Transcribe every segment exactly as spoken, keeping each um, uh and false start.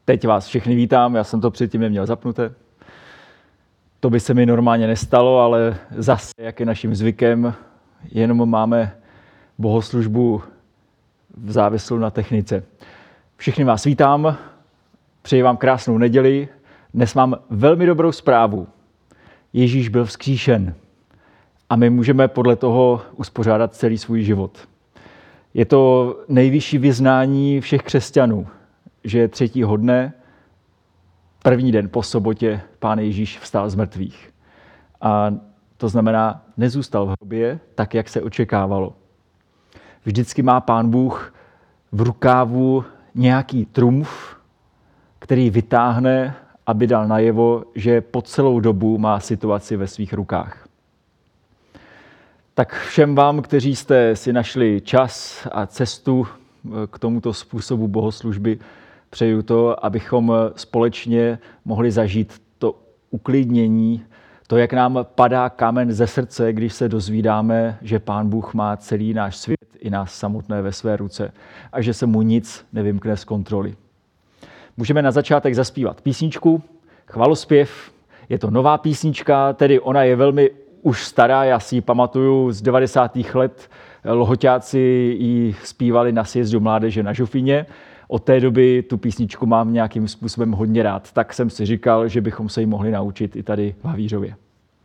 Teď vás všechny vítám, já jsem to předtím neměl zapnuté. To by se mi normálně nestalo, ale zase, jak je naším zvykem, jenom máme bohoslužbu v závislu na technice. Všechny vás vítám, přeji vám krásnou neděli. Dnes mám velmi dobrou zprávu. Ježíš byl vzkříšen a my můžeme podle toho uspořádat celý svůj život. Je to nejvyšší vyznání všech křesťanů, že třetího dne, první den po sobotě, Pán Ježíš vstal z mrtvých. A to znamená, nezůstal v hrobě tak, jak se očekávalo. Vždycky má Pán Bůh v rukávu nějaký trumf, který vytáhne, aby dal najevo, že po celou dobu má situaci ve svých rukách. Tak všem vám, kteří jste si našli čas a cestu k tomuto způsobu bohoslužby, přeju to, abychom společně mohli zažít to uklidnění, to, jak nám padá kámen ze srdce, když se dozvídáme, že Pán Bůh má celý náš svět i nás samotné ve své ruce a že se mu nic nevymkne z kontroly. Můžeme na začátek zaspívat písničku, chvalospěv. Je to nová písnička, tedy ona je velmi už stará, já si ji pamatuju z devadesátých let. Lohoťáci ji zpívali na sjezdu mládeže na Žofíně. Od té doby tu písničku mám nějakým způsobem hodně rád, tak jsem si říkal, že bychom se ji mohli naučit i tady v Havířově.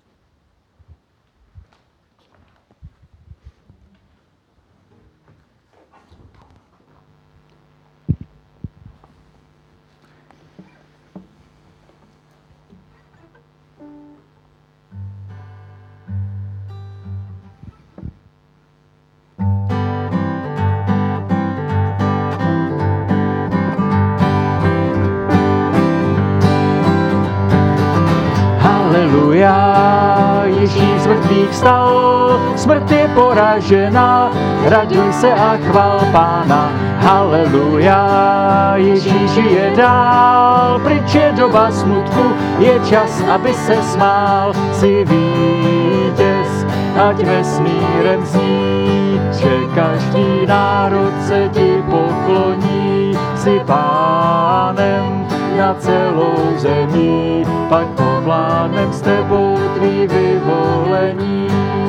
Haleluja, Ježíš z mrtvých vstal, smrt je poražena, raduj se a chval Pána. Haleluja, Ježíš žije dál, pryč je doba smutku, je čas, aby se smál. Jsi vítěz, ať vesmírem zní, že každý národ se ti pokloní. Jsi Pánem na celou zemi, pak ovládnem s tebou tvý vyvolení.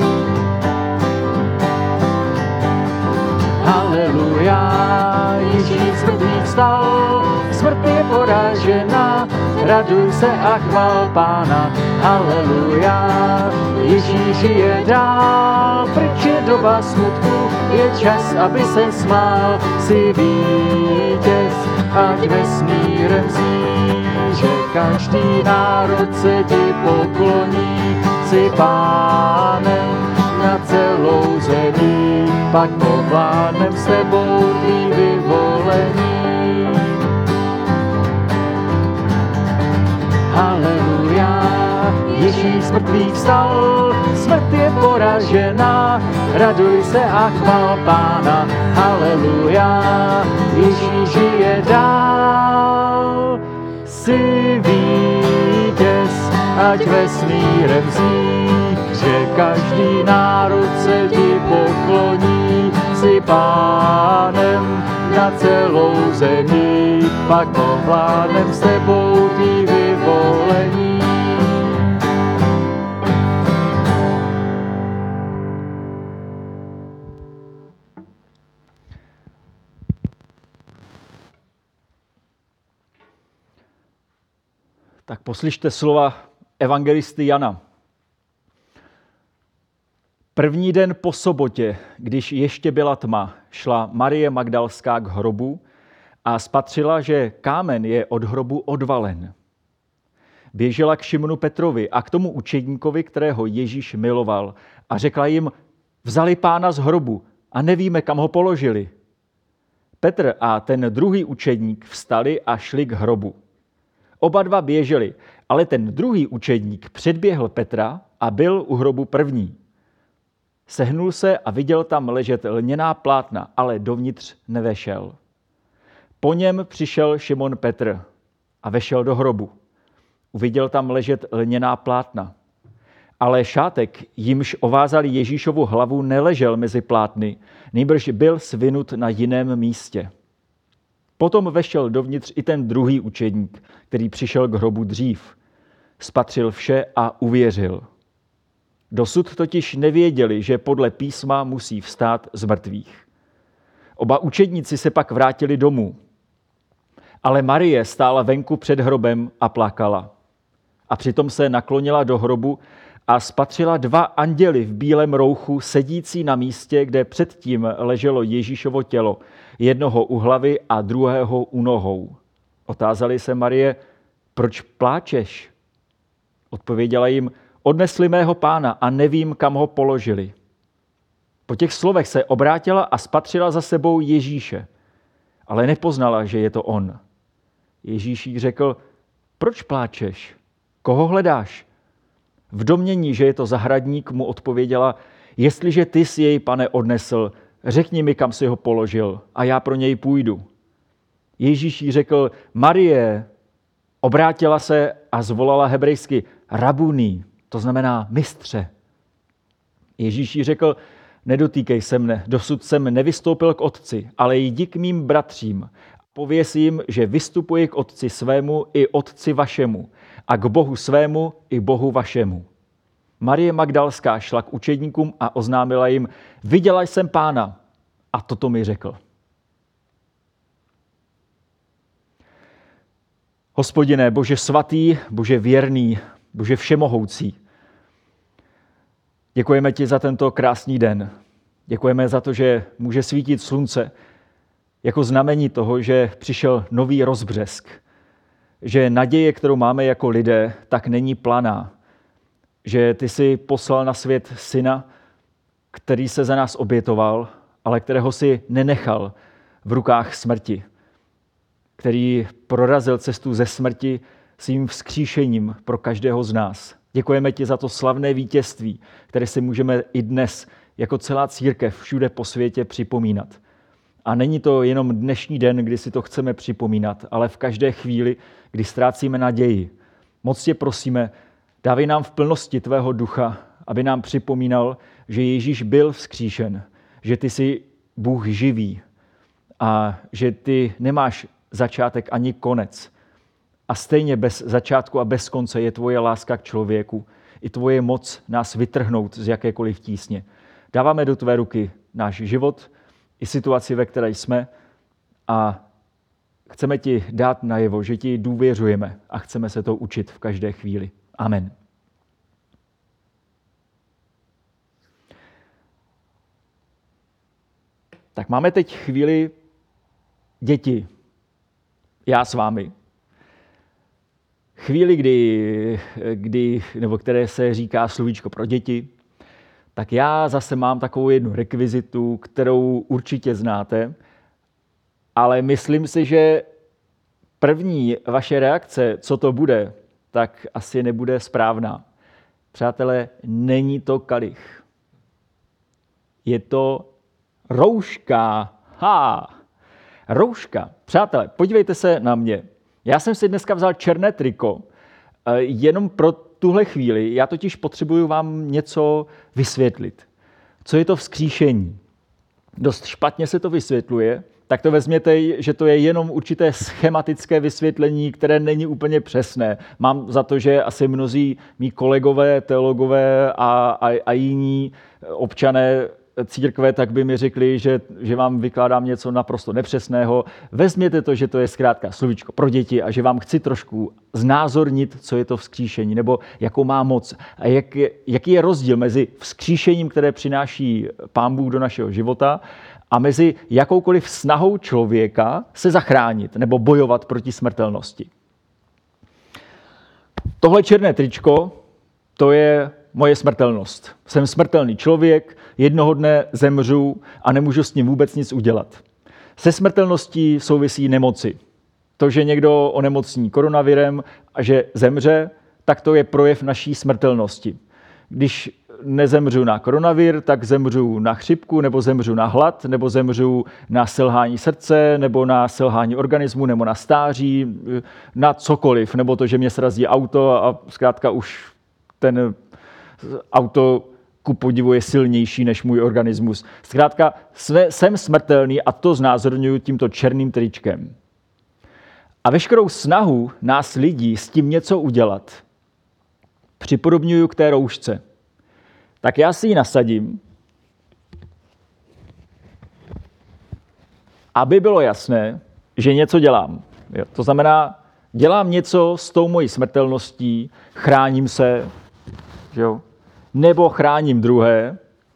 Haleluja, Ježíš z mrtvých vstal, smrt je poražena, raduj se a chval Pána. Haleluja, Ježíš žije dál, pryč je doba smutku, je čas, aby se smál. Jsi vítěz, ať vesmírem zní, že každý národ se ti pokloní. Jsi Pánem na celou zemi, pak ovládnem s tebou tvý vyvolení. Haleluja, Ježíš z mrtvých vstal, smrt je poražena, raduj se a chval Pána. Haleluja, Ježíš žije dál, jsi vítěz, ať vesmírem zní, že každý národ se ti pokloní. Jsi Pánem na celou zemi, pak ovládnem s tebou tvý vyvolení. Tak poslyšte slova evangelisty Jana. První den po sobotě, když ještě byla tma, šla Marie Magdalská k hrobu a spatřila, že kámen je od hrobu odvalen. Běžela k Šimonu Petrovi a k tomu učedníkovi, kterého Ježíš miloval, a řekla jim, vzali Pána z hrobu a nevíme, kam ho položili. Petr a ten druhý učedník vstali a šli k hrobu. Oba dva běželi, ale ten druhý učedník předběhl Petra a byl u hrobu první. Sehnul se a viděl tam ležet lněná plátna, ale dovnitř nevešel. Po něm přišel Šimon Petr a vešel do hrobu. Uviděl tam ležet lněná plátna. Ale šátek, jimž ovázali Ježíšovu hlavu, neležel mezi plátny, nýbrž byl svinut na jiném místě. Potom vešel dovnitř i ten druhý učedník, který přišel k hrobu dřív. Spatřil vše a uvěřil. Dosud totiž nevěděli, že podle písma musí vstát z mrtvých. Oba učedníci se pak vrátili domů. Ale Marie stála venku před hrobem a plakala. A přitom se naklonila do hrobu a spatřila dva anděly v bílém rouchu sedící na místě, kde předtím leželo Ježíšovo tělo, jednoho u hlavy a druhého u nohou. Otázali se Marie, proč pláčeš? Odpověděla jim, odnesli mého pána a nevím, kam ho položili. Po těch slovech se obrátila a spatřila za sebou Ježíše, ale nepoznala, že je to on. Ježíš jí řekl, proč pláčeš? Koho hledáš? V domnění, že je to zahradník, mu odpověděla, jestliže ty jsi jej, pane, odnesl, řekni mi, kam jsi ho položil a já pro něj půjdu. Ježíš jí řekl, Marie, obrátila se a zvolala hebrejsky rabuni, to znamená mistře. Ježíš jí řekl, nedotýkej se mne, dosud jsem nevystoupil k otci, ale jdi k mým bratřím. Pověz jim, že vystupuji k otci svému i otci vašemu a k Bohu svému i Bohu vašemu. Marie Magdalská šla k učedníkům a oznámila jim, viděla jsem pána a toto mi řekl. Hospodine, Bože svatý, Bože věrný, Bože všemohoucí, děkujeme ti za tento krásný den. Děkujeme za to, že může svítit slunce jako znamení toho, že přišel nový rozbřesk. Že naděje, kterou máme jako lidé, tak není planá. Že ty jsi poslal na svět syna, který se za nás obětoval, ale kterého si nenechal v rukách smrti. Který prorazil cestu ze smrti svým vzkříšením pro každého z nás. Děkujeme ti za to slavné vítězství, které si můžeme i dnes jako celá církev všude po světě připomínat. A není to jenom dnešní den, kdy si to chceme připomínat, ale v každé chvíli, kdy ztrácíme naději. Moc tě prosíme, dávej nám v plnosti tvého ducha, aby nám připomínal, že Ježíš byl vzkříšen, že ty jsi Bůh živý a že ty nemáš začátek ani konec. A stejně bez začátku a bez konce je tvoje láska k člověku i tvoje moc nás vytrhnout z jakékoliv tísně. Dáváme do tvé ruky náš život i situaci, ve které jsme a chceme ti dát najevo, že ti důvěřujeme a chceme se to učit v každé chvíli. Amen. Tak máme teď chvíli děti. Já s vámi. Chvíli, kdy, kdy, nebo které se říká slovíčko pro děti, tak já zase mám takovou jednu rekvizitu, kterou určitě znáte, ale myslím si, že první vaše reakce, co to bude, tak asi nebude správná. Přátelé, není to kalich. Je to rouška. Ha! Rouška. Přátelé, podívejte se na mě. Já jsem si dneska vzal černé triko, jenom pro tuhle chvíli. Já totiž potřebuju vám něco vysvětlit. Co je to vzkříšení? Dost špatně se to vysvětluje, tak to vezměte, že to je jenom určité schematické vysvětlení, které není úplně přesné. Mám za to, že asi mnozí mý kolegové, teologové a, a, a jiní občané církve, tak by mi řekli, že, že vám vykládám něco naprosto nepřesného. Vezměte to, že to je zkrátka slovíčko pro děti a že vám chci trošku znázornit, co je to vzkříšení, nebo jakou má moc a jak je, jaký je rozdíl mezi vzkříšením, které přináší Pán Bůh do našeho života, a mezi jakoukoliv snahou člověka se zachránit nebo bojovat proti smrtelnosti. Tohle černé tričko, to je moje smrtelnost. Jsem smrtelný člověk, jednoho dne zemřu a nemůžu s ním vůbec nic udělat. Se smrtelností souvisí nemoci. To, že někdo onemocní koronavirem a že zemře, tak to je projev naší smrtelnosti. Když nezemřu na koronavir, tak zemřu na chřipku, nebo zemřu na hlad, nebo zemřu na selhání srdce, nebo na selhání organismu, nebo na stáří, na cokoliv, nebo to, že mě srazí auto a zkrátka už ten auto ku podivu je silnější než můj organismus. Zkrátka jsem smrtelný a to znázorňuji tímto černým tričkem. A veškerou snahu nás lidí s tím něco udělat připodobňuju k té roušce. Tak já si ji nasadím, aby bylo jasné, že něco dělám. Jo, to znamená, dělám něco s tou mojí smrtelností, chráním se, jo, nebo chráním druhé,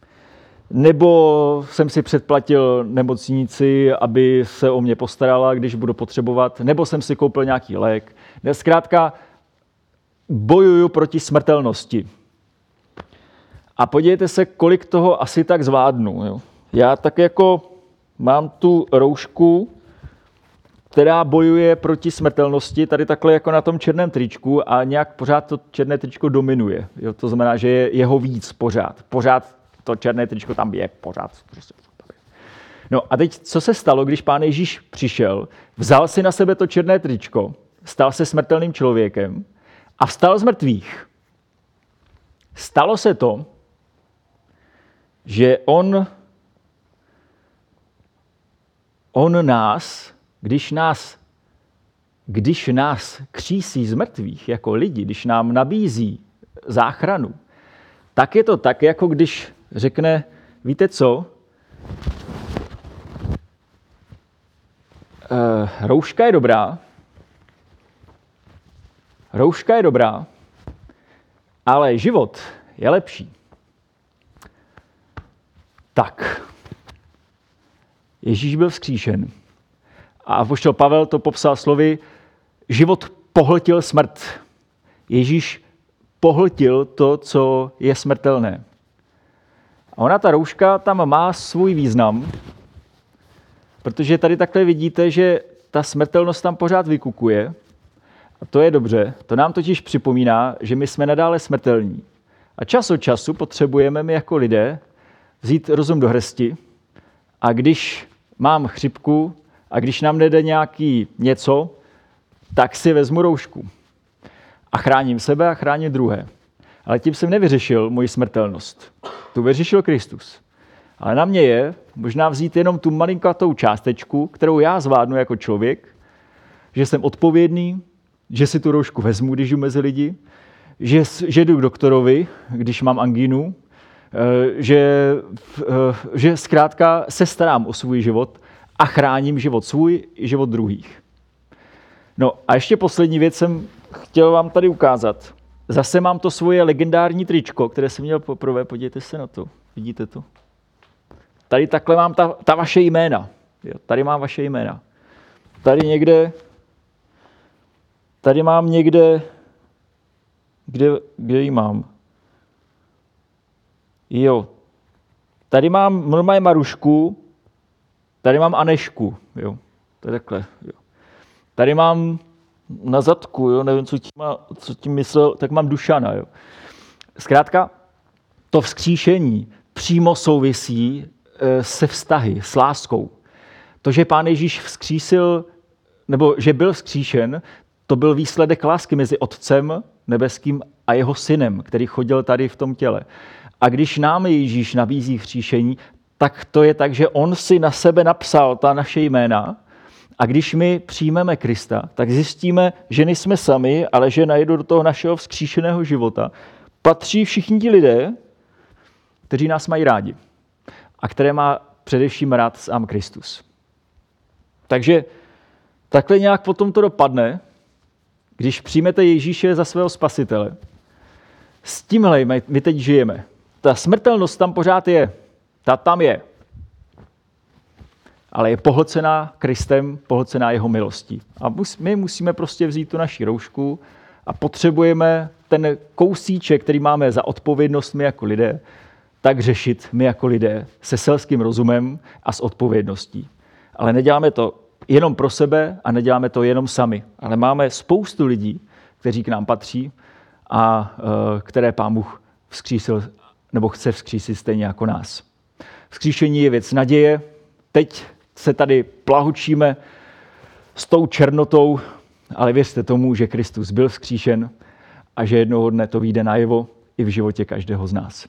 nebo jsem si předplatil nemocnici, aby se o mě postarala, když budu potřebovat, nebo jsem si koupil nějaký lék. Zkrátka bojuju proti smrtelnosti. A podívejte se, kolik toho asi tak zvládnu. Jo. Já tak jako mám tu roušku, která bojuje proti smrtelnosti, tady takhle jako na tom černém tričku a nějak pořád to černé tričko dominuje. Jo, to znamená, že je jeho víc pořád. Pořád to černé tričko tam je, pořád. No a teď, co se stalo, když Pán Ježíš přišel, vzal si na sebe to černé tričko, stal se smrtelným člověkem a vstal z mrtvých. Stalo se to, že on, on nás, když nás, když nás křísí z mrtvých jako lidi, když nám nabízí záchranu, tak je to tak, jako když řekne, víte co, e, rouška je dobrá, rouška je dobrá, ale život je lepší. Tak, Ježíš byl vzkříšen. A apoštol Pavel to popsal slovy, život pohltil smrt. Ježíš pohltil to, co je smrtelné. A ona, ta rouška, tam má svůj význam, protože tady takhle vidíte, že ta smrtelnost tam pořád vykukuje. A to je dobře. To nám totiž připomíná, že my jsme nadále smrtelní. A čas od času potřebujeme my jako lidé vzít rozum do hrsti a když mám chřipku a když nám nejde nějaký něco, tak si vezmu roušku. A chráním sebe a chráním druhé. Ale tím jsem nevyřešil moji smrtelnost. Tu vyřešil Kristus. Ale na mě je možná vzít jenom tu malinkatou částečku, kterou já zvládnu jako člověk, že jsem odpovědný, že si tu roušku vezmu, když jdu mezi lidi, že, že jdu k doktorovi, když mám angínu, že, že zkrátka se starám o svůj život a chráním život svůj i život druhých. No a ještě poslední věc jsem chtěl vám tady ukázat. Zase mám to svoje legendární tričko, které jsem měl poprvé, podívejte se na to, vidíte to? Tady takhle mám ta, ta vaše jména. Jo, tady mám vaše jména. Tady někde, tady mám někde, kde, kde ji mám? Jo, tady mám normálně Marušku, tady mám Anešku, jo, to je takhle, jo. Tady mám na zadku, jo, nevím, co tím, má, co tím myslel, tak mám Dušana, jo. Zkrátka, to vzkříšení přímo souvisí e, se vztahy, s láskou. To, že Pán Ježíš vzkřísil, nebo že byl vzkříšen, to byl výsledek lásky mezi Otcem nebeským a jeho synem, který chodil tady v tom těle. A když nám Ježíš nabízí vzkříšení, tak to je tak, že on si na sebe napsal ta naše jména a když my přijmeme Krista, tak zjistíme, že nejsme sami, ale že najednou do toho našeho vzkříšeného života patří všichni ti lidé, kteří nás mají rádi a které má především rád sám Kristus. Takže takhle nějak potom to dopadne, když přijmete Ježíše za svého spasitele. S tímhle my teď žijeme. Ta smrtelnost tam pořád je. Ta tam je. Ale je pohlcená Kristem, pohlcená jeho milostí. A my musíme prostě vzít tu naši roušku a potřebujeme ten kousíček, který máme za odpovědnost my jako lidé, tak řešit my jako lidé se selským rozumem a s odpovědností. Ale neděláme to jenom pro sebe a neděláme to jenom sami. Ale máme spoustu lidí, kteří k nám patří a které Pán Bůh vzkřísil nebo chce vzkřísit stejně jako nás. Vzkříšení je věc naděje. Teď se tady plahučíme s tou černotou, ale věřte tomu, že Kristus byl vzkříšen a že jednoho dne to vyjde najevo i v životě každého z nás.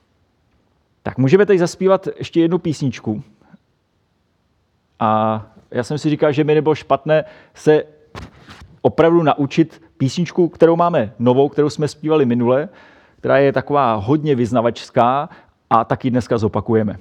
Tak můžeme teď zaspívat ještě jednu písničku. A Já jsem si říkal, že by nebylo špatné se opravdu naučit písničku, kterou máme novou, kterou jsme zpívali minule, která je taková hodně vyznavačská a taky dneska zopakujeme.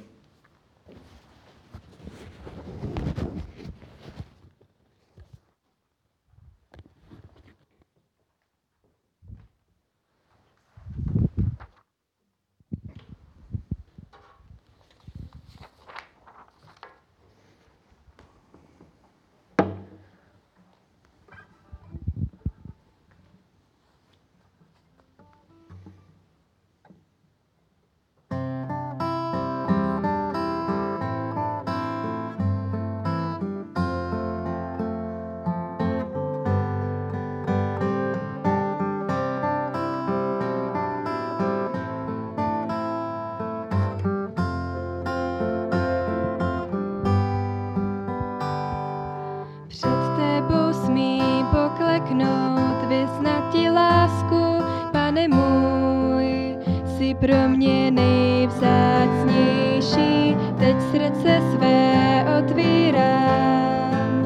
Pro mě nejvzácnější, teď srdce své otvírám.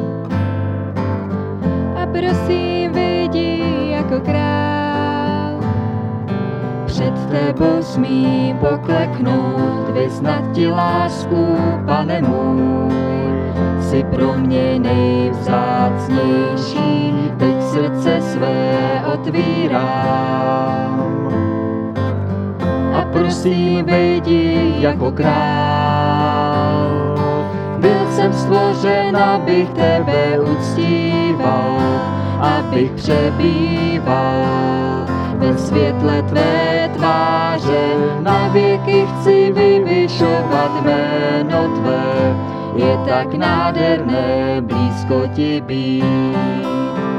A prosím, vyjdi jako král. Před tebou smím pokleknout, vyznat ti lásku, Pane můj. Jsi pro mě nejvzácnější, teď srdce své otvírám. A prosím, vejdi jako král. Byl jsem stvořen, abych tebe uctíval, abych přebýval ve světle tvé tváře. Na věky chci vyvyšovat jméno tvé, je tak nádherné blízko ti být.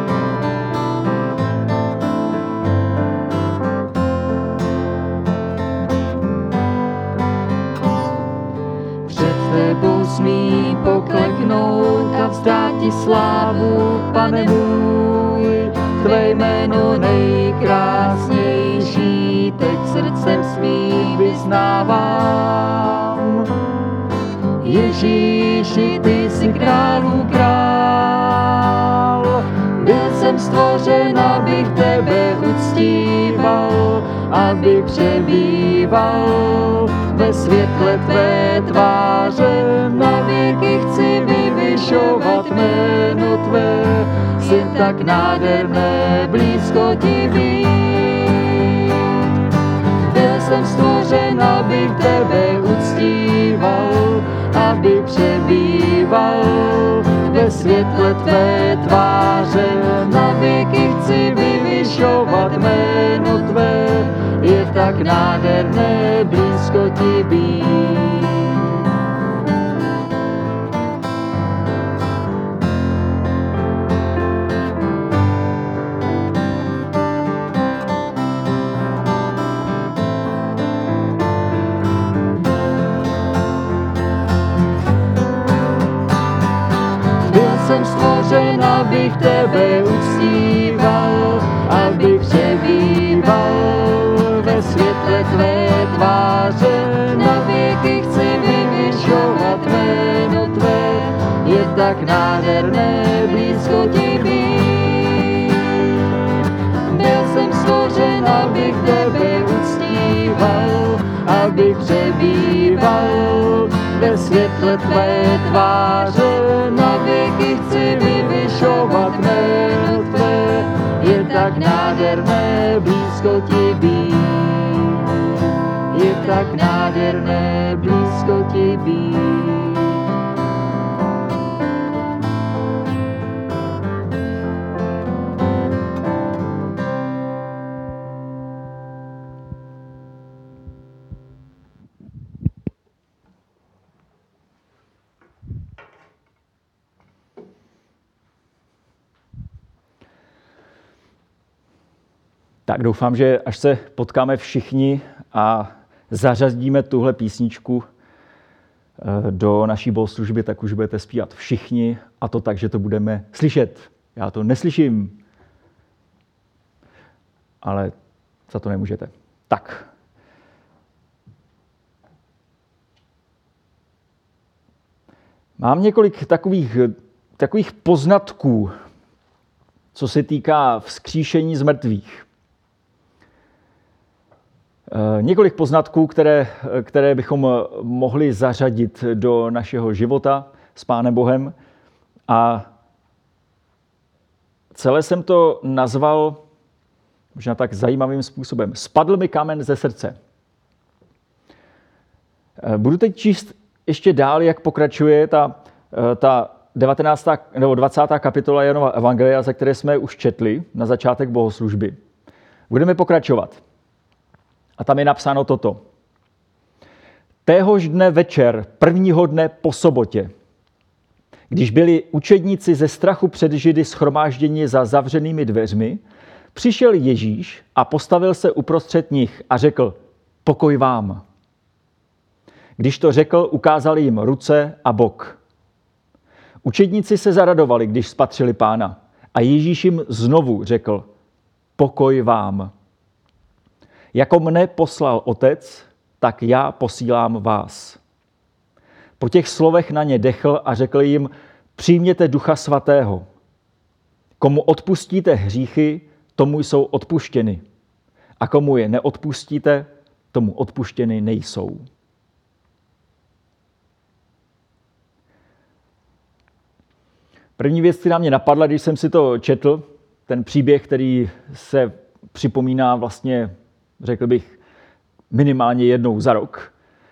Tebou smí pokleknout a vzdát ti slávu, Pane můj. Tvé jméno nejkrásnější, teď srdcem svým vyznávám. Ježíši, ty jsi králů král. Byl jsem stvořen, abych tebe uctíval, abych přebýval ve světle tvé tváře. Na věky chci vyvyšovat jméno tvé, jsi tak nádherné blízko ti být. Byl jsem stvořen, abych tebe uctíval, abych přebýval ve světle tvé tváře. Na věky chci vyvyšovat jméno tvé, je tak nádherné blízko ti být. Byl jsem stvořen, abych tebe uctíval, abych přebýval ve světle tvé tváře. Na věky chci vyvyšovat jméno tvé, je tak nádherné blízko ti být. Byl jsem stvořen, abych tebe uctíval, abych přebýval ve světle tvé tváře. Na věky chci vyvyšovat jméno tvé, je tak nádherné blízko ti být. Je tak nádherné blízko ti být. Tak doufám, že až se potkáme všichni a zařadíme tuhle písničku do naší bohoslužby, tak už budete zpívat všichni, a to tak, že to budeme slyšet. Já to neslyším, ale za to nemůžete. Tak. Mám několik takových takových poznatků, co se týká vzkříšení z mrtvých. Několik poznatků, které, které bychom mohli zařadit do našeho života s Pánem Bohem. A celé jsem to nazval možná tak zajímavým způsobem. Spadl mi kámen ze srdce. Budu teď číst ještě dál, jak pokračuje ta, ta devatenáctá nebo dvacátá kapitola Janova evangelia, ze které jsme už četli na začátek bohoslužby. Budeme pokračovat. A tam je napsáno toto. Téhož dne večer, prvního dne po sobotě, když byli učedníci ze strachu před Židy shromážděni za zavřenými dveřmi, přišel Ježíš a postavil se uprostřed nich a řekl, pokoj vám. Když to řekl, ukázal jim ruce a bok. Učedníci se zaradovali, když spatřili Pána. A Ježíš jim znovu řekl, pokoj vám. Jako mne poslal Otec, tak já posílám vás. Po těch slovech na ně dechl a řekl jim, přijměte Ducha Svatého. Komu odpustíte hříchy, tomu jsou odpuštěny. A komu je neodpustíte, tomu odpuštěny nejsou. První věc, která mě napadla, když jsem si to četl, ten příběh, který se připomíná vlastně, řekl bych, minimálně jednou za rok,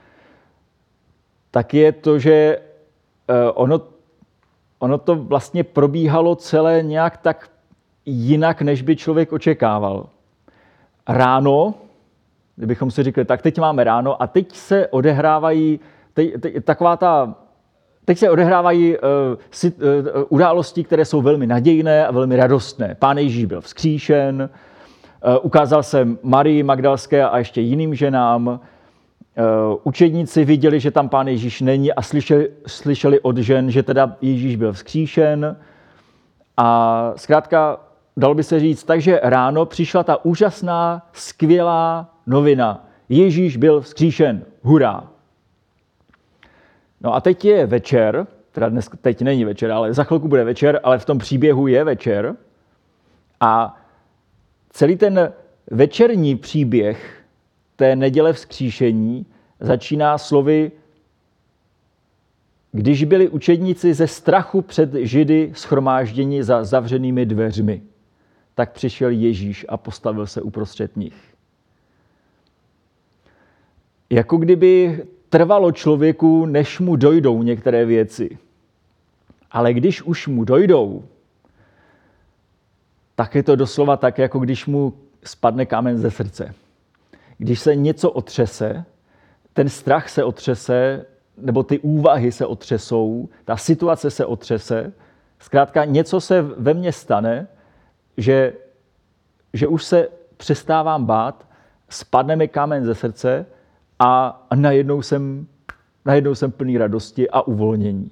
tak je to, že ono, ono to vlastně probíhalo celé nějak tak jinak, než by člověk očekával. Ráno, kdybychom si řekli, tak teď máme ráno a teď se odehrávají teď, teď, taková ta Teď se odehrávají uh, si, uh, události, které jsou velmi nadějné a velmi radostné. Pán Ježíš byl vzkříšen, uh, ukázal se Marii Magdalské a ještě jiným ženám. Uh, učedníci viděli, že tam Pán Ježíš není a slyšeli, slyšeli od žen, že teda Ježíš byl vzkříšen. A zkrátka dalo by se říct, takže ráno přišla ta úžasná, skvělá novina. Ježíš byl vzkříšen. Hurá! No a teď je večer, teda dnes, teď není večer, ale za chvilku bude večer, ale v tom příběhu je večer. A celý ten večerní příběh té neděle vzkříšení začíná slovy, když byli učedníci ze strachu před Židy shromážděni za zavřenými dveřmi, tak přišel Ježíš a postavil se uprostřed nich. Jako kdyby trvalo člověku, než mu dojdou některé věci. Ale když už mu dojdou, tak je to doslova tak, jako když mu spadne kámen ze srdce. Když se něco otřese, ten strach se otřese, nebo ty úvahy se otřesou, ta situace se otřese, zkrátka něco se ve mně stane, že, že už se přestávám bát, spadne mi kámen ze srdce, a najednou jsem, najednou jsem plný radosti a uvolnění.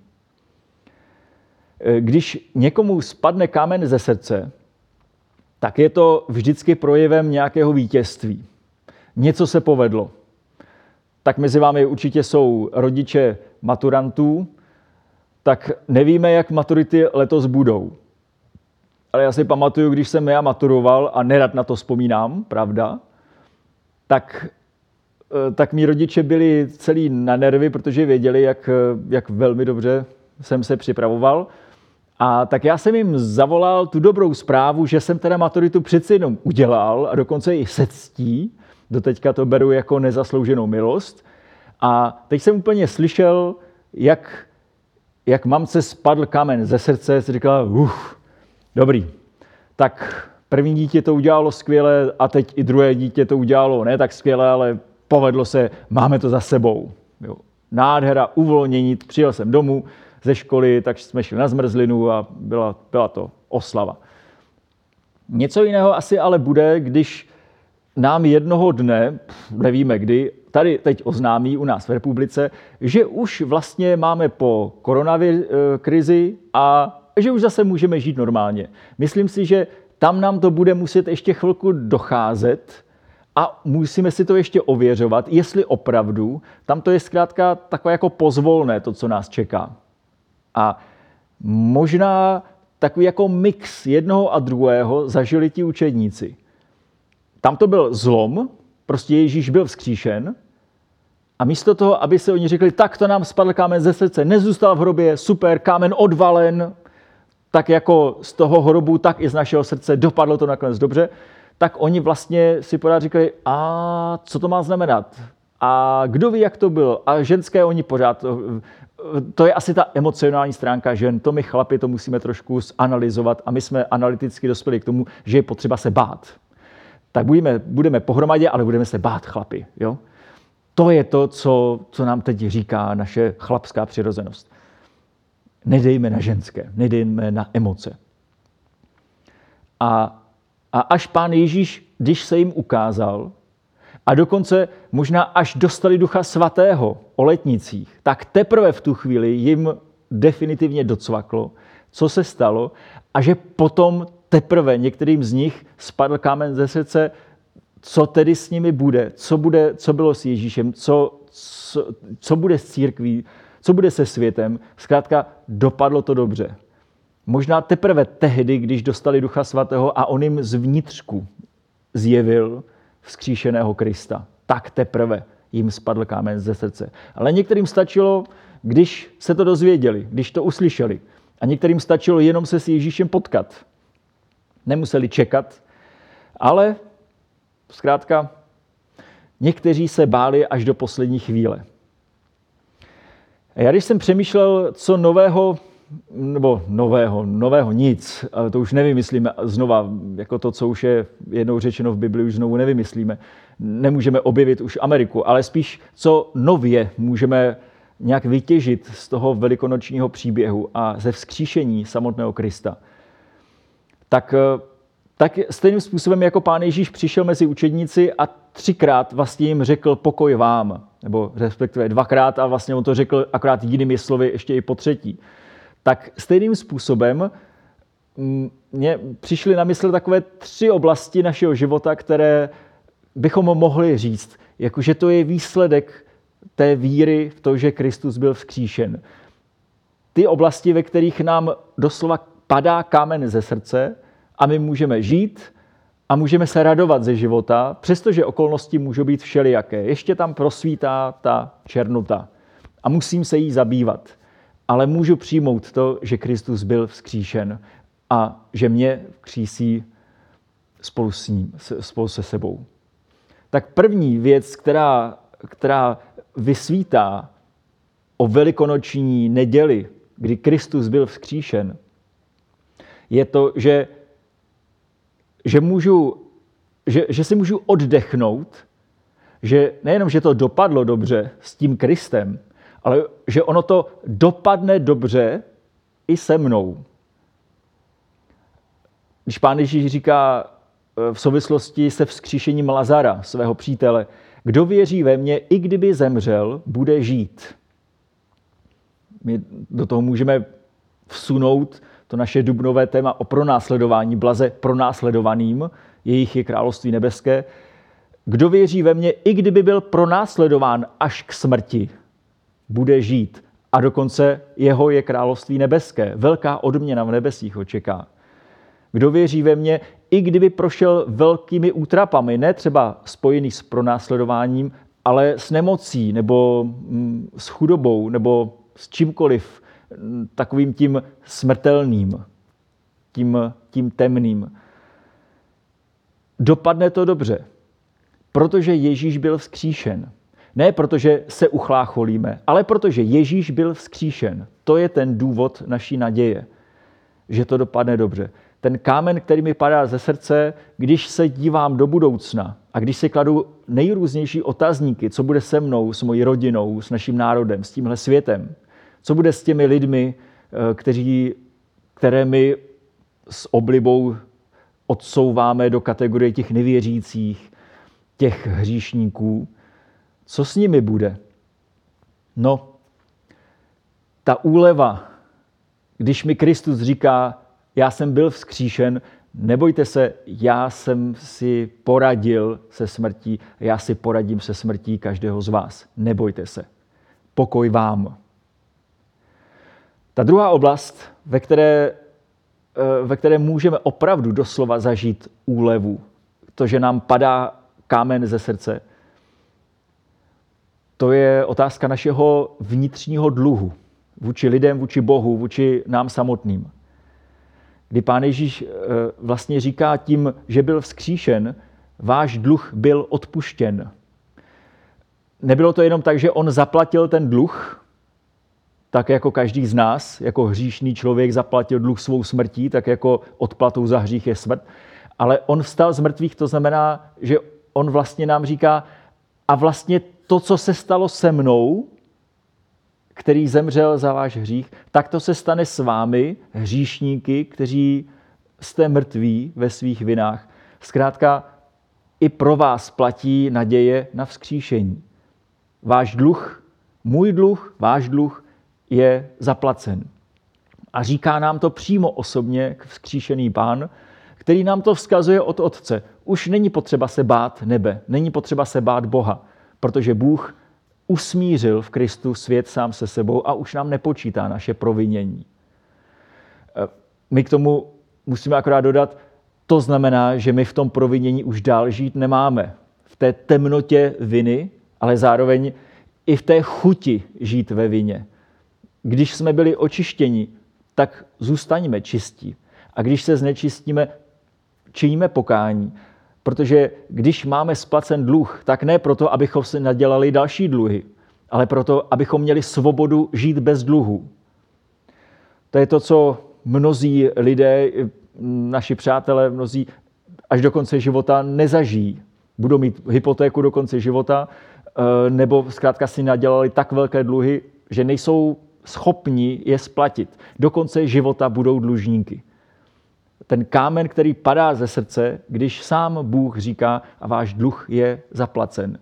Když někomu spadne kámen ze srdce, tak je to vždycky projevem nějakého vítězství. Něco se povedlo. Tak mezi vámi určitě jsou rodiče maturantů, tak nevíme, jak maturity letos budou. Ale já si pamatuju, když jsem já maturoval a nerad na to vzpomínám, pravda, tak tak mí rodiče byli celý na nervy, protože věděli, jak, jak velmi dobře jsem se připravoval. A tak já jsem jim zavolal tu dobrou zprávu, že jsem teda maturitu přeci jenom udělal a dokonce i se ctí. Doteďka to beru jako nezaslouženou milost. A teď jsem úplně slyšel, jak, jak mamce spadl kámen ze srdce. Si říkala, uf, dobrý, tak první dítě to udělalo skvěle a teď i druhé dítě to udělalo ne tak skvěle, ale povedlo se, máme to za sebou. Jo. Nádhera, uvolnění, přijel jsem domů ze školy, tak jsme šli na zmrzlinu a byla, byla to oslava. Něco jiného asi ale bude, když nám jednoho dne, nevíme kdy, tady teď oznámí u nás v republice, že už vlastně máme po koronakrizi a že už zase můžeme žít normálně. Myslím si, že tam nám to bude muset ještě chvilku docházet, a musíme si to ještě ověřovat, jestli opravdu tam to je zkrátka takové jako pozvolné, to, co nás čeká. A Možná takový jako mix jednoho a druhého zažili ti učedníci. Tam to byl zlom, prostě Ježíš byl vzkříšen a místo toho, aby se oni řekli, tak to nám spadl kámen ze srdce, nezůstal v hrobě, super, kámen odvalen, tak jako z toho hrobu, tak i z našeho srdce, dopadlo to nakonec dobře, tak oni vlastně si pořád říkali, a co to má znamenat? A kdo ví, jak to bylo? A ženské oni pořád, to, to je asi ta emocionální stránka žen, to my chlapi to musíme trošku zanalyzovat a my jsme analyticky dospěli k tomu, že je potřeba se bát. Tak budeme, budeme pohromadě, ale budeme se bát, chlapi. Jo? To je to, co, co nám teď říká naše chlapská přirozenost. Nedejme na ženské, nedejme na emoce. A, a až Pán Ježíš, když se jim ukázal, a dokonce možná až dostali Ducha Svatého o letnicích, tak teprve v tu chvíli jim definitivně docvaklo, co se stalo a že potom teprve některým z nich spadl kámen ze srdce, co tedy s nimi bude, co, bude, co bylo s Ježíšem, co, co, co bude s církví, co bude se světem. Zkrátka dopadlo to dobře. Možná teprve tehdy, když dostali Ducha Svatého a on jim zvnitřku zjevil vzkříšeného Krista, tak teprve jim spadl kámen ze srdce. Ale některým stačilo, když se to dozvěděli, když to uslyšeli. A některým stačilo jenom se s Ježíšem potkat. Nemuseli čekat, ale zkrátka někteří se báli až do poslední chvíle. A já když jsem přemýšlel, co nového, nebo nového, nového nic, to už nevymyslíme znova, jako to, co už je jednou řečeno v Bibli, už znovu nevymyslíme. Nemůžeme objevit už Ameriku, ale spíš, co nově můžeme nějak vytěžit z toho velikonočního příběhu a ze vzkříšení samotného Krista. Tak, tak stejným způsobem, jako Pán Ježíš přišel mezi učedníci a třikrát vlastně jim řekl pokoj vám, nebo respektive dvakrát a vlastně on to řekl akorát jinými slovy ještě i po třetí. Tak stejným způsobem mě přišly na mysl takové tři oblasti našeho života, které bychom mohli říct, jakože to je výsledek té víry v to, že Kristus byl vzkříšen. Ty oblasti, ve kterých nám doslova padá kámen ze srdce a my můžeme žít a můžeme se radovat ze života, přestože okolnosti můžou být všelijaké. Ještě tam prosvítá ta černuta a musím se jí zabývat. Ale můžu přijmout to, že Kristus byl vzkříšen a že mě vzkřísí spolu s ním, spolu se sebou. Tak první věc, která, která vysvítá o velikonoční neděli, kdy Kristus byl vzkříšen, je to, že, že, můžu, že, že si můžu oddechnout, že nejenom, že to dopadlo dobře s tím Kristem, ale že ono to dopadne dobře i se mnou. Když Pán Ježíš říká v souvislosti se vzkříšením Lazara, svého přítele, kdo věří ve mě, i kdyby zemřel, bude žít. My do toho můžeme vsunout to naše dubnové téma o pronásledování, blaze pronásledovaným, jejich je království nebeské. Kdo věří ve mě, i kdyby byl pronásledován až k smrti, bude žít. A dokonce jeho je království nebeské. Velká odměna v nebesích ho čeká. Kdo věří ve mě, i kdyby prošel velkými útrapami, ne třeba spojený s pronásledováním, ale s nemocí, nebo s chudobou, nebo s čímkoliv takovým tím smrtelným, tím, tím temným. Dopadne to dobře, protože Ježíš byl vzkříšen. Ne protože se uchlácholíme, ale protože Ježíš byl vzkříšen. To je ten důvod naší naděje, že to dopadne dobře. Ten kámen, který mi padá ze srdce, když se dívám do budoucna a když si kladu nejrůznější otazníky, co bude se mnou, s mojí rodinou, s naším národem, s tímhle světem, co bude s těmi lidmi, kteří, které my s oblibou odsouváme do kategorie těch nevěřících, těch hříšníků, co s nimi bude? No, ta úleva, když mi Kristus říká, já jsem byl vzkříšen, nebojte se, já jsem si poradil se smrtí, já si poradím se smrtí každého z vás. Nebojte se. Pokoj vám. Ta druhá oblast, ve které, ve které můžeme opravdu doslova zažít úlevu, to, že nám padá kámen ze srdce, to je otázka našeho vnitřního dluhu vůči lidem, vůči Bohu, vůči nám samotným. Kdy Pán Ježíš vlastně říká tím, že byl vzkříšen, váš dluh byl odpuštěn. Nebylo to jenom tak, že on zaplatil ten dluh, tak jako každý z nás, jako hříšný člověk zaplatil dluh svou smrtí, tak jako odplatou za hřích je smrt, ale on vstal z mrtvých, to znamená, že on vlastně nám říká, a vlastně to, co se stalo se mnou, který zemřel za váš hřích, tak to se stane s vámi, hříšníky, kteří jste mrtví ve svých vinách. Zkrátka, i pro vás platí naděje na vzkříšení. Váš dluh, můj dluh, váš dluh je zaplacen. A říká nám to přímo osobně vzkříšený Pán, který nám to vzkazuje od Otce. Už není potřeba se bát nebe, není potřeba se bát Boha, protože Bůh usmířil v Kristu svět sám se sebou a už nám nepočítá naše provinění. My k tomu musíme akorát dodat, to znamená, že my v tom provinění už dál žít nemáme. V té temnotě viny, ale zároveň i v té chuti žít ve vině. Když jsme byli očištěni, tak zůstaňme čistí. A když se znečistíme, činíme pokání. Protože když máme splacen dluh, tak ne proto, abychom si nadělali další dluhy, ale proto, abychom měli svobodu žít bez dluhů. To je to, co mnozí lidé, naši přátelé, mnozí až do konce života nezažijí. Budou mít hypotéku do konce života, nebo zkrátka si nadělali tak velké dluhy, že nejsou schopni je splatit. Do konce života budou dlužníky. Ten kámen, který padá ze srdce, když sám Bůh říká, a váš dluh je zaplacen.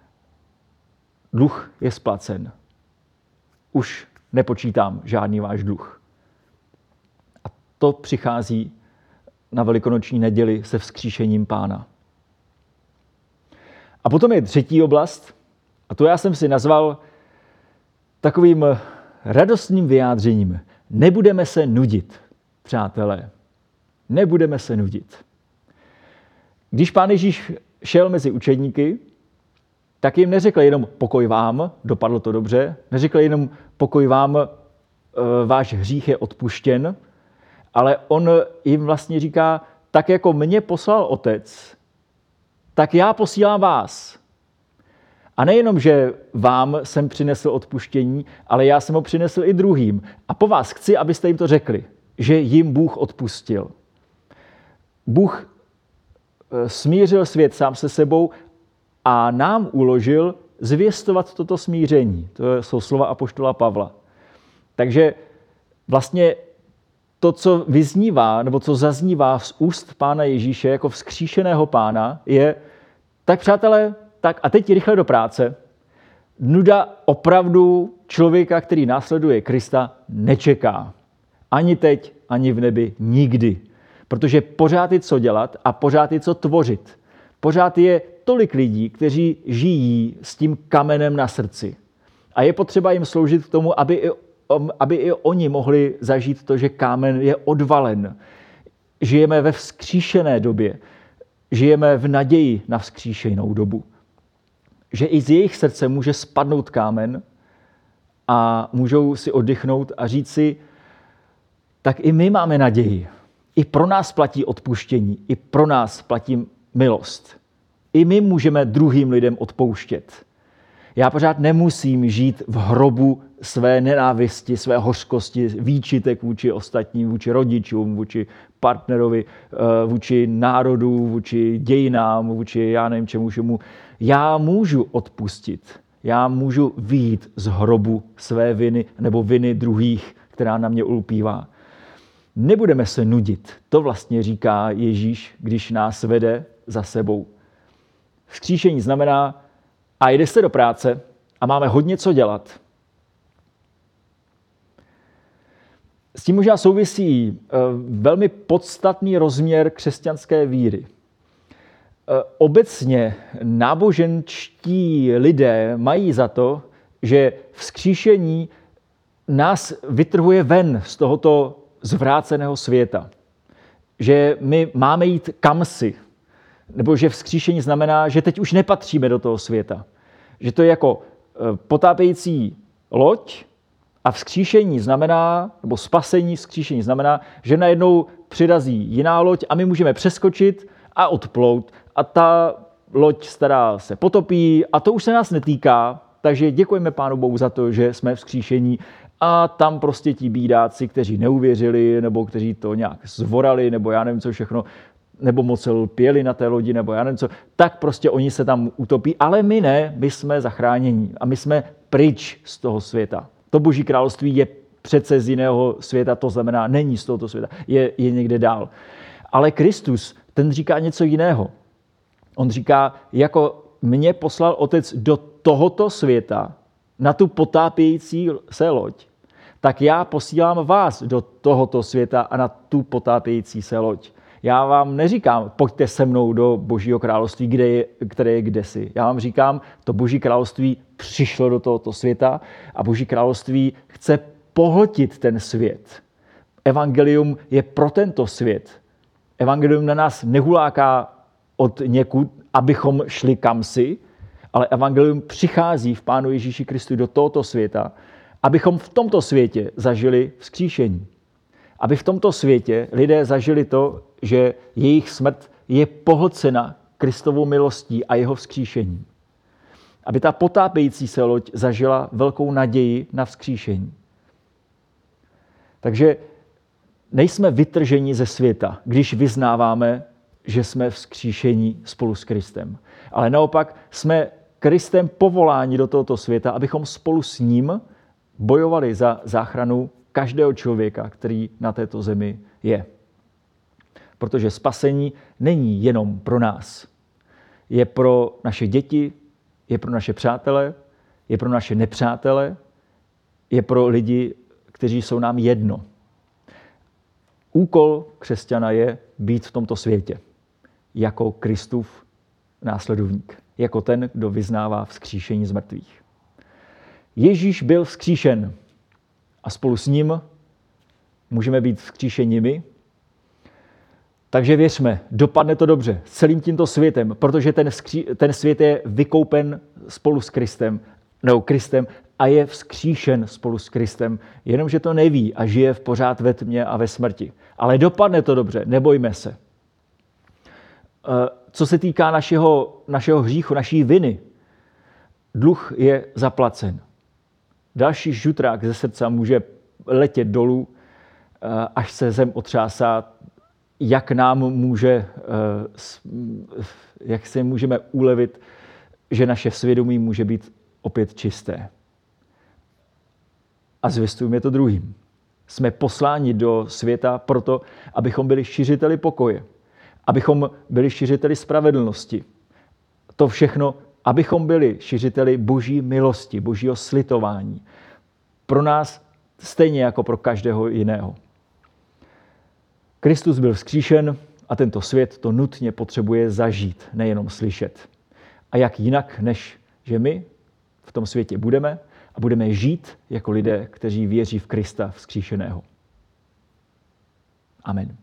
Dluh je splacen. Už nepočítám žádný váš dluh. A to přichází na velikonoční neděli se vzkříšením Pána. A potom je třetí oblast, a to já jsem si nazval takovým radostným vyjádřením. Nebudeme se nudit, přátelé. Nebudeme se nudit. Když Pán Ježíš šel mezi učedníky, tak jim neřekl jenom pokoj vám, dopadlo to dobře, neřekl jenom pokoj vám, váš hřích je odpuštěn, ale on jim vlastně říká, tak jako mě poslal Otec, tak já posílám vás. A nejenom, že vám jsem přinesl odpuštění, ale já jsem ho přinesl i druhým. A po vás chci, abyste jim to řekli, že jim Bůh odpustil. Bůh smířil svět sám se sebou a nám uložil zvěstovat toto smíření. To jsou slova apoštola Pavla. Takže vlastně to, co vyznívá, nebo co zaznívá z úst Pána Ježíše jako vzkříšeného Pána, je, tak přátelé, tak a teď rychle do práce. Nuda opravdu člověka, který následuje Krista, nečeká. Ani teď, ani v nebi, nikdy. Protože pořád je co dělat a pořád je co tvořit. Pořád je tolik lidí, kteří žijí s tím kamenem na srdci. A je potřeba jim sloužit k tomu, aby i, aby i oni mohli zažít to, že kámen je odvalen. Žijeme ve vzkříšené době. Žijeme v naději na vzkříšenou dobu. Že i z jejich srdce může spadnout kámen a můžou si oddychnout a říct si, tak i my máme naději. I pro nás platí odpuštění, i pro nás platí milost. I my můžeme druhým lidem odpouštět. Já pořád nemusím žít v hrobu své nenávisti, své hořkosti, výčitek vůči ostatním, vůči rodičům, vůči partnerovi, vůči národu, vůči dějinám, vůči já nevím čemu všemu. Já můžu odpustit. Já můžu vyjít z hrobu své viny nebo viny druhých, která na mě ulpívá. Nebudeme se nudit. To vlastně říká Ježíš, když nás vede za sebou. Vzkříšení znamená, a jde se do práce a máme hodně co dělat. S tím možná souvisí velmi podstatný rozměr křesťanské víry. Obecně náboženští lidé mají za to, že vzkříšení nás vytrhuje ven z tohoto zvráceného světa. Že my máme jít kamsi, nebo že vzkříšení znamená, že teď už nepatříme do toho světa. Že to je jako potápějící loď a vzkříšení znamená, nebo spasení vzkříšení znamená, že najednou přirazí jiná loď a my můžeme přeskočit a odplout. A ta loď stará se potopí a to už se nás netýká, takže děkujeme Pánu Bohu za to, že jsme vzkříšení a tam prostě ti bídáci, kteří neuvěřili, nebo kteří to nějak zvorali, nebo já nevím co všechno, nebo moc lpěli na té lodi, nebo já nevím co, tak prostě oni se tam utopí, ale my ne, my jsme zachránění a my jsme pryč z toho světa. To Boží království je přece z jiného světa, to znamená, není z tohoto světa, je, je někde dál. Ale Kristus, ten říká něco jiného. On říká, jako mě poslal Otec do tohoto světa, na tu potápějící se loď, tak já posílám vás do tohoto světa a na tu potápějící se loď. Já vám neříkám, pojďte se mnou do Božího království, kde je, které je kdesi. Já vám říkám, to Boží království přišlo do tohoto světa a Boží království chce pohltit ten svět. Evangelium je pro tento svět. Evangelium na nás nehuláká od někud, abychom šli kamsi, ale evangelium přichází v Pánu Ježíši Kristu do tohoto světa, abychom v tomto světě zažili vzkříšení. Aby v tomto světě lidé zažili to, že jejich smrt je pohlcena Kristovou milostí a jeho vzkříšení. Aby ta potápějící se loď zažila velkou naději na vzkříšení. Takže nejsme vytrženi ze světa, když vyznáváme, že jsme vzkříšení spolu s Kristem. Ale naopak jsme Kristem povoláni do tohoto světa, abychom spolu s ním bojovali za záchranu každého člověka, který na této zemi je. Protože spasení není jenom pro nás. Je pro naše děti, je pro naše přátele, je pro naše nepřátele, je pro lidi, kteří jsou nám jedno. Úkol křesťana je být v tomto světě jako Kristův následovník, jako ten, kdo vyznává vzkříšení z mrtvých. Ježíš byl vzkříšen a spolu s ním můžeme být vzkříšeni my. Takže věřme, dopadne to dobře s celým tímto světem, protože ten, vzkří, ten svět je vykoupen spolu s Kristem, nebo Kristem a je vzkříšen spolu s Kristem, jenomže to neví a žije v pořád ve tmě a ve smrti. Ale dopadne to dobře, nebojme se. Co se týká našeho, našeho hříchu, naší viny, dluh je zaplacen. Další žutrák ze srdce může letět dolů, až se zem otřásá, jak nám může, jak se můžeme ulevit, že naše svědomí může být opět čisté. A zvěstujeme to druhým. Jsme posláni do světa proto, abychom byli šiřiteli pokoje, abychom byli šiřiteli spravedlnosti. To všechno, abychom byli šiřiteli Boží milosti, Božího slitování. Pro nás stejně jako pro každého jiného. Kristus byl vzkříšen a tento svět to nutně potřebuje zažít, nejenom slyšet. A jak jinak, než že my v tom světě budeme a budeme žít jako lidé, kteří věří v Krista vzkříšeného. Amen.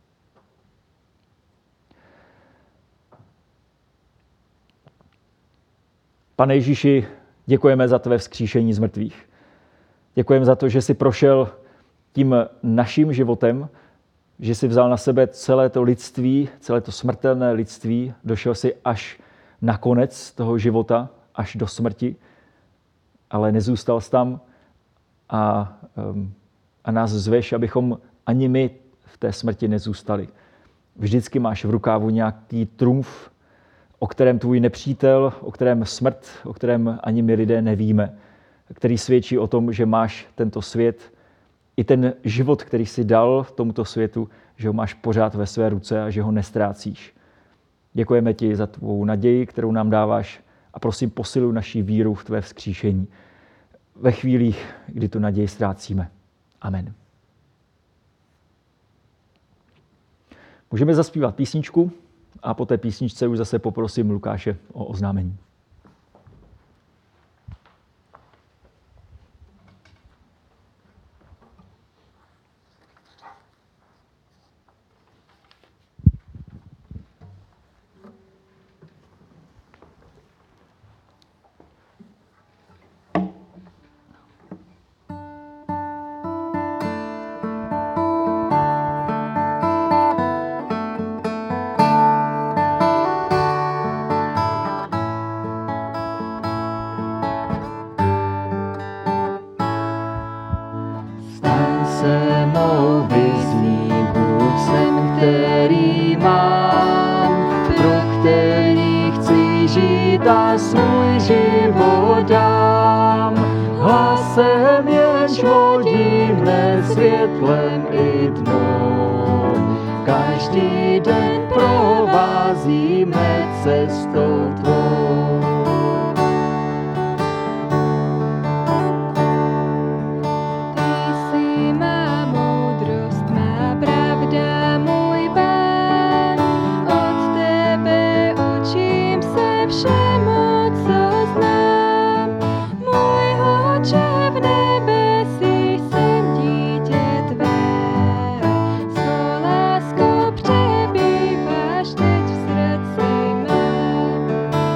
Pane Ježíši, děkujeme za tvé vzkříšení z mrtvých. Děkujeme za to, že jsi prošel tím naším životem, že jsi vzal na sebe celé to lidství, celé to smrtelné lidství, došel jsi až na konec toho života, až do smrti, ale nezůstal jsi tam a, a nás zveš, abychom ani my v té smrti nezůstali. Vždycky máš v rukávu nějaký trumf, o kterém tvůj nepřítel, o kterém smrt, o kterém ani my lidé nevíme, který svědčí o tom, že máš tento svět, i ten život, který jsi dal tomuto světu, že ho máš pořád ve své ruce a že ho nestrácíš. Děkujeme ti za tvou naději, kterou nám dáváš a prosím posiluj naši víru v tvé vzkříšení ve chvílích, kdy tu naději ztrácíme. Amen. Můžeme zaspívat písničku a po té písničce už zase poprosím Lukáše o oznámení. svůj život dám. Hlasem jenž vodí mne světlem i tmou. Každý den provází mne cestou tvou. Ty jsi má moudrost, má pravda, můj Pán. Od tebe učím se všemu, co znám. Můj Otče v nebesích, jsem dítě tvé. Svou láskou přebýváš teď v srdci mém.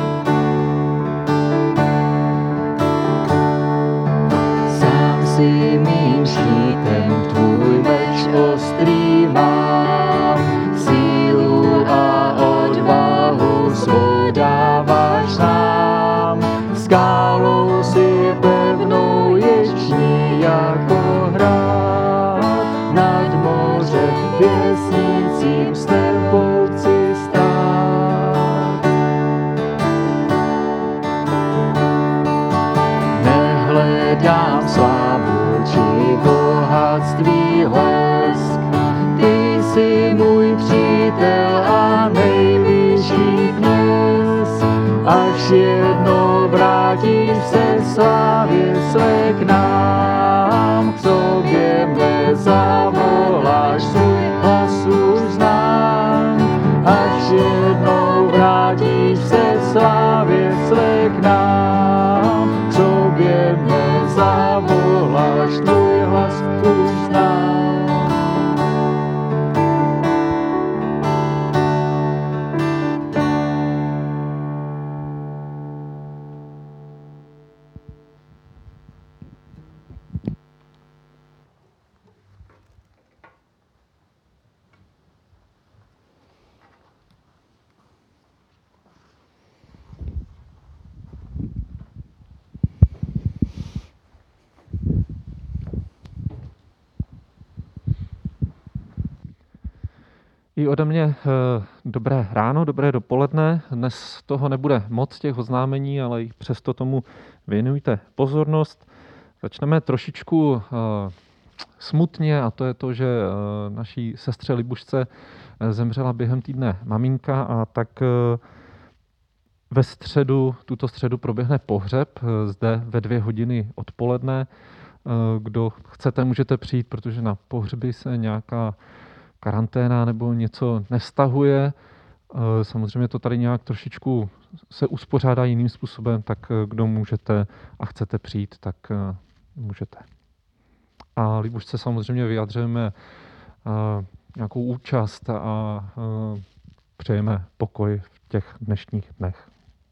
Sám si mým štítem, tvůj meč ostrý mám. Sílu a odvahu svou dáváš nám. Skálou si pevnou ječní jako hrad. Nad mořem věsnicím s tebou chci stát. Nehledám slávu či bohatství lesk. Ty jsi můj přítel a nejbližší kněz. Až jednou vrátíš se slávě své k nám. K sobě mne zavoláš, svůj hlas už znám. Až jednou vrátíš se slávě své k nám. K sobě mne zavoláš, tvůj hlas už znám. I ode mě eh, dobré ráno, dobré dopoledne. Dnes toho nebude moc těch oznámení, ale i přesto tomu věnujte pozornost. Začneme trošičku eh, smutně, a to je to, že eh, naší sestře Libušce eh, zemřela během týdne maminka, a tak eh, ve středu, tuto středu proběhne pohřeb eh, zde ve dvě hodiny odpoledne. Eh, Kdo chcete, můžete přijít, protože na pohřby se nějaká karanténa nebo něco nevztahuje. Eh, Samozřejmě to tady nějak trošičku se uspořádá jiným způsobem, tak eh, kdo můžete a chcete přijít, tak eh, můžete. A Libušce samozřejmě vyjadřujeme eh, nějakou účast a eh, přejeme pokoj v těch dnešních dnech.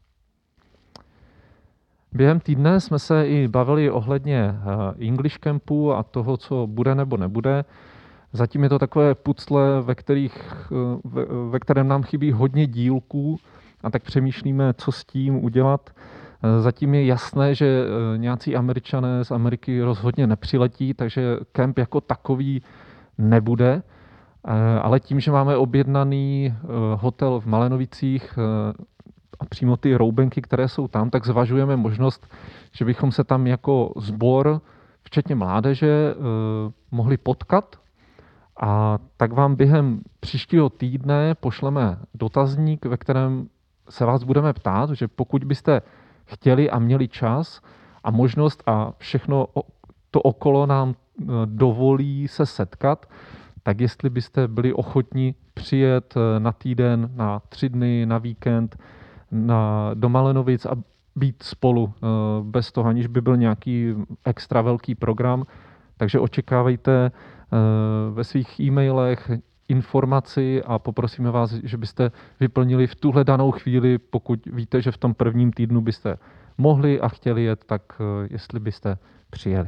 Během týdne jsme se i bavili ohledně eh, English Campu a toho, co bude nebo nebude. Zatím je to takové pucle, ve, kterých, eh, ve, ve kterém nám chybí hodně dílků, a tak přemýšlíme, co s tím udělat. Eh, Zatím je jasné, že eh, nějací Američané z Ameriky rozhodně nepřiletí, takže kemp jako takový nebude. Eh, Ale tím, že máme objednaný eh, hotel v Malenovicích eh, a přímo ty roubenky, které jsou tam, tak zvažujeme možnost, že bychom se tam jako sbor, včetně mládeže, eh, mohli potkat. A tak vám během příštího týdne pošleme dotazník, ve kterém se vás budeme ptát, že pokud byste chtěli a měli čas a možnost a všechno o- to okolo nám eh, dovolí se setkat, tak jestli byste byli ochotni přijet eh, na týden, na tři dny, na víkend na, do Malenovic a být spolu eh, bez toho, aniž by byl nějaký extra velký program. Takže očekávejte eh, ve svých e-mailech informaci a poprosíme vás, že byste vyplnili v tuhle danou chvíli, pokud víte, že v tom prvním týdnu byste mohli a chtěli jet, tak eh, jestli byste přijeli.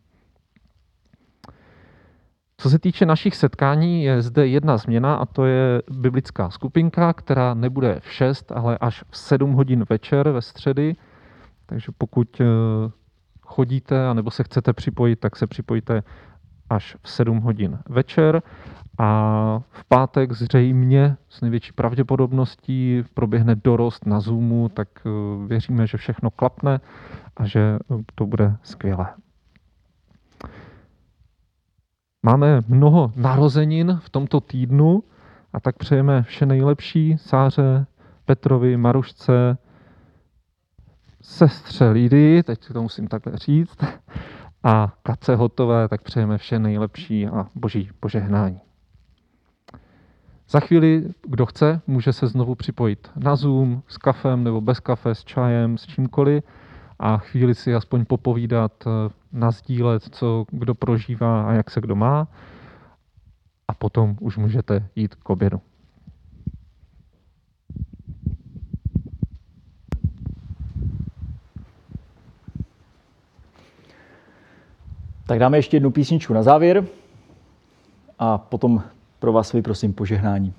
Co se týče našich setkání, je zde jedna změna, a to je biblická skupinka, která nebude v šest, ale až v sedm hodin večer ve středy. Takže pokud eh, chodíte, anebo se chcete připojit, tak se připojte až v sedm hodin večer. A v pátek zřejmě s největší pravděpodobností proběhne dorost na Zoomu, tak věříme, že všechno klapne a že to bude skvělé. Máme mnoho narozenin v tomto týdnu a tak přejeme vše nejlepší Sáře, Petrovi, Marušce, sestře Lidii, teď to musím takhle říct, a Kace Hotové, tak přejeme vše nejlepší a boží požehnání. Za chvíli, kdo chce, může se znovu připojit na Zoom s kafem nebo bez kafe, s čajem, s čímkoliv a chvíli si aspoň popovídat, nasdílet, co kdo prožívá a jak se kdo má. A potom už můžete jít k obědu. Tak dáme ještě jednu písničku na závěr a potom pro vás vyprosím požehnání.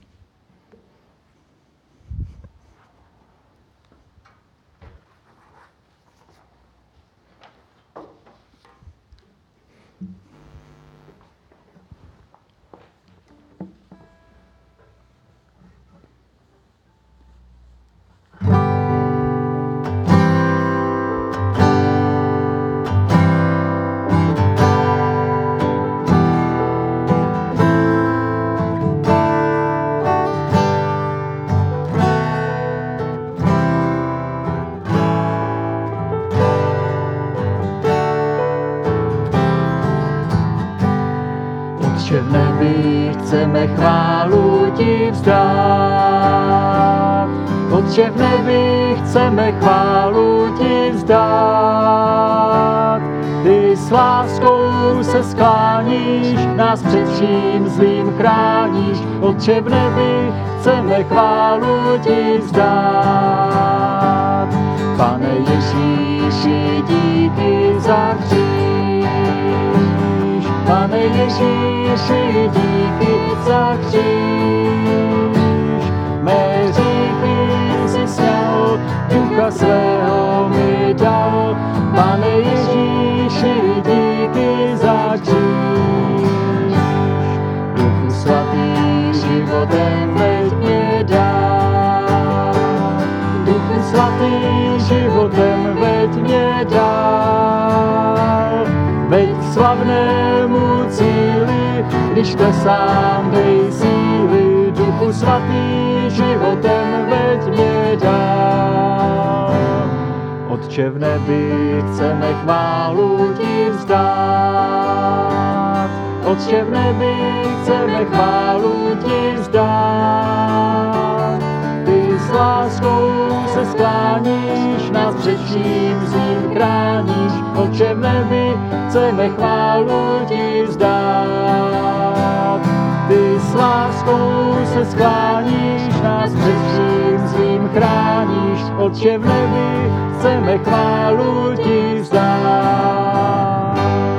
Otče v nebi, chceme chválu ti vzdát. Otče v nebi, chceme chválu ti vzdát. Ty s láskou se skláníš, nás před vším zlým chráníš. Otče v nebi, chceme chválu ti vzdát. Pane Ježíši, díky za hřích. Pane Ježíši, díky za hřích. Mé hříchy si sněl, ducha svého mi dal. Pane Ježíši, díky za hřích. Duchu svatý, životem veď mě dál. Duchu svatý, životem veď mě dál. Veď slavnému cíli, když klesám, dej síly. Duchu svatý, životem veď mě dál. Otče v nebi, chceme chválu ti vzdát. Otče v nebi, chceme chválu ti vzdát. Ty s láskou se skláníš, nás před vším zlým chráníš. Otče v nebi, chceme chválu ti vzdát. Ty s láskou se skláníš, nás před vším zlým chráníš. Otče v nebi, chceme chválu ti vzdát.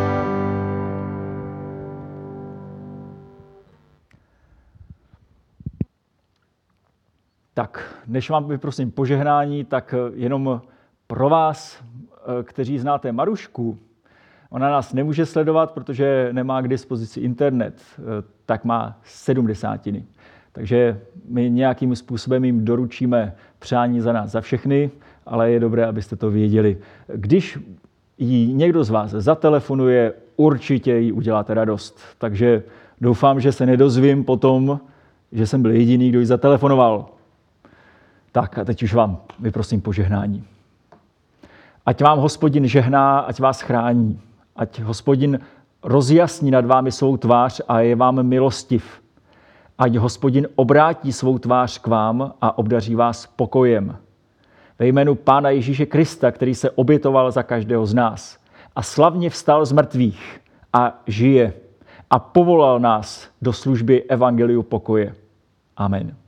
Tak, než vám vyprosím požehnání, tak jenom pro vás, kteří znáte Marušku, ona nás nemůže sledovat, protože nemá k dispozici internet, tak má sedmdesátiny. Takže my nějakým způsobem jim doručíme přání za nás, za všechny, ale je dobré, abyste to věděli. Když jí někdo z vás zatelefonuje, určitě jí uděláte radost. Takže doufám, že se nedozvím potom, že jsem byl jediný, kdo jí zatelefonoval. Tak a teď už vám vyprosím požehnání. Ať vám Hospodin žehná, ať vás chrání. Ať Hospodin rozjasní nad vámi svou tvář a je vám milostiv. Ať Hospodin obrátí svou tvář k vám a obdaří vás pokojem. Ve jménu Pána Ježíše Krista, který se obětoval za každého z nás a slavně vstal z mrtvých a žije a povolal nás do služby evangeliu pokoje. Amen.